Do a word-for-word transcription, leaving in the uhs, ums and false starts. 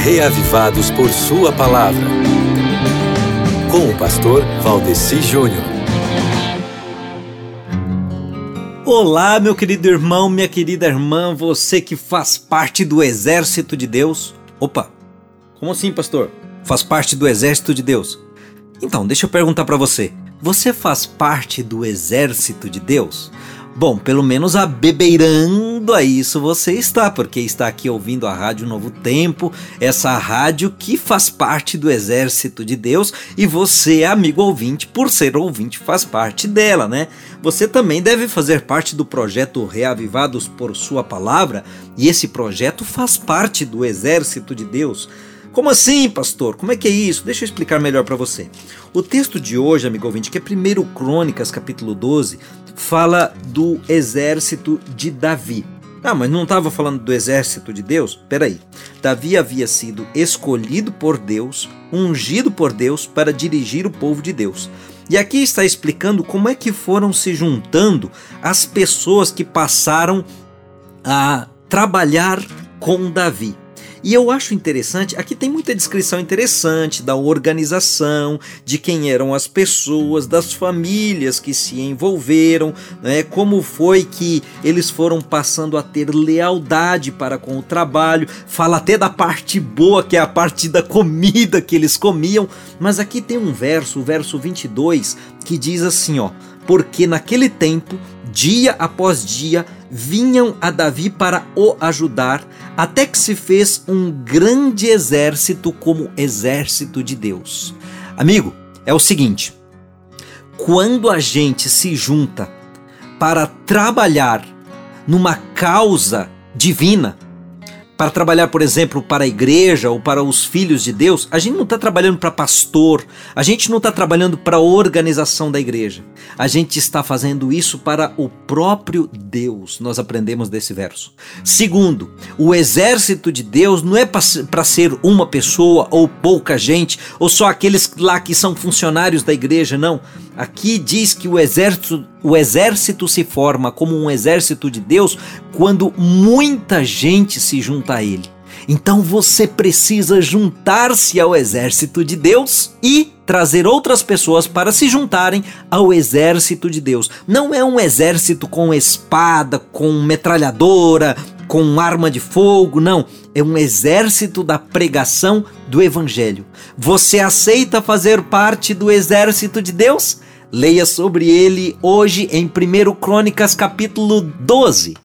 Reavivados por sua palavra. Com o pastor Valdeci Júnior. Olá, meu querido irmão, minha querida irmã, você que faz parte do exército de Deus. Opa, como assim, pastor? Faz parte do exército de Deus? Então, deixa eu perguntar para você. Você faz parte do exército de Deus? Bom, pelo menos abebeirando a isso você está, porque está aqui ouvindo a Rádio Novo Tempo, essa rádio que faz parte do exército de Deus, e você, amigo ouvinte, por ser ouvinte, faz parte dela, né? Você também deve fazer parte do projeto Reavivados por Sua Palavra, e esse projeto faz parte do exército de Deus. Como assim, pastor? Como é que é isso? Deixa eu explicar melhor para você. O texto de hoje, amigo ouvinte, que é primeiro Crônicas, capítulo doze, fala do exército de Davi. Ah, mas não estava falando do exército de Deus? Peraí. Davi havia sido escolhido por Deus, ungido por Deus para dirigir o povo de Deus. E aqui está explicando como é que foram se juntando as pessoas que passaram a trabalhar com Davi. E eu acho interessante, aqui tem muita descrição interessante da organização, de quem eram as pessoas, das famílias que se envolveram, né? Como foi que eles foram passando a ter lealdade para com o trabalho, fala até da parte boa, que é a parte da comida que eles comiam, mas aqui tem um verso, o verso vinte e dois, que diz assim, ó: porque naquele tempo, dia após dia, vinham a Davi para o ajudar, até que se fez um grande exército como exército de Deus. Amigo, é o seguinte, quando a gente se junta para trabalhar numa causa divina, para trabalhar, por exemplo, para a igreja ou para os filhos de Deus, a gente não está trabalhando para pastor, a gente não está trabalhando para a organização da igreja, a gente está fazendo isso para o próprio Deus. Nós aprendemos desse verso. Segundo, o exército de Deus não é para ser uma pessoa ou pouca gente, ou só aqueles lá que são funcionários da igreja, não. Aqui diz que o exército, o exército se forma como um exército de Deus quando muita gente se junta a ele. Então você precisa juntar-se ao exército de Deus e trazer outras pessoas para se juntarem ao exército de Deus. Não é um exército com espada, com metralhadora, com arma de fogo, não. É um exército da pregação do evangelho. Você aceita fazer parte do exército de Deus? Leia sobre ele hoje em primeiro Crônicas capítulo doze.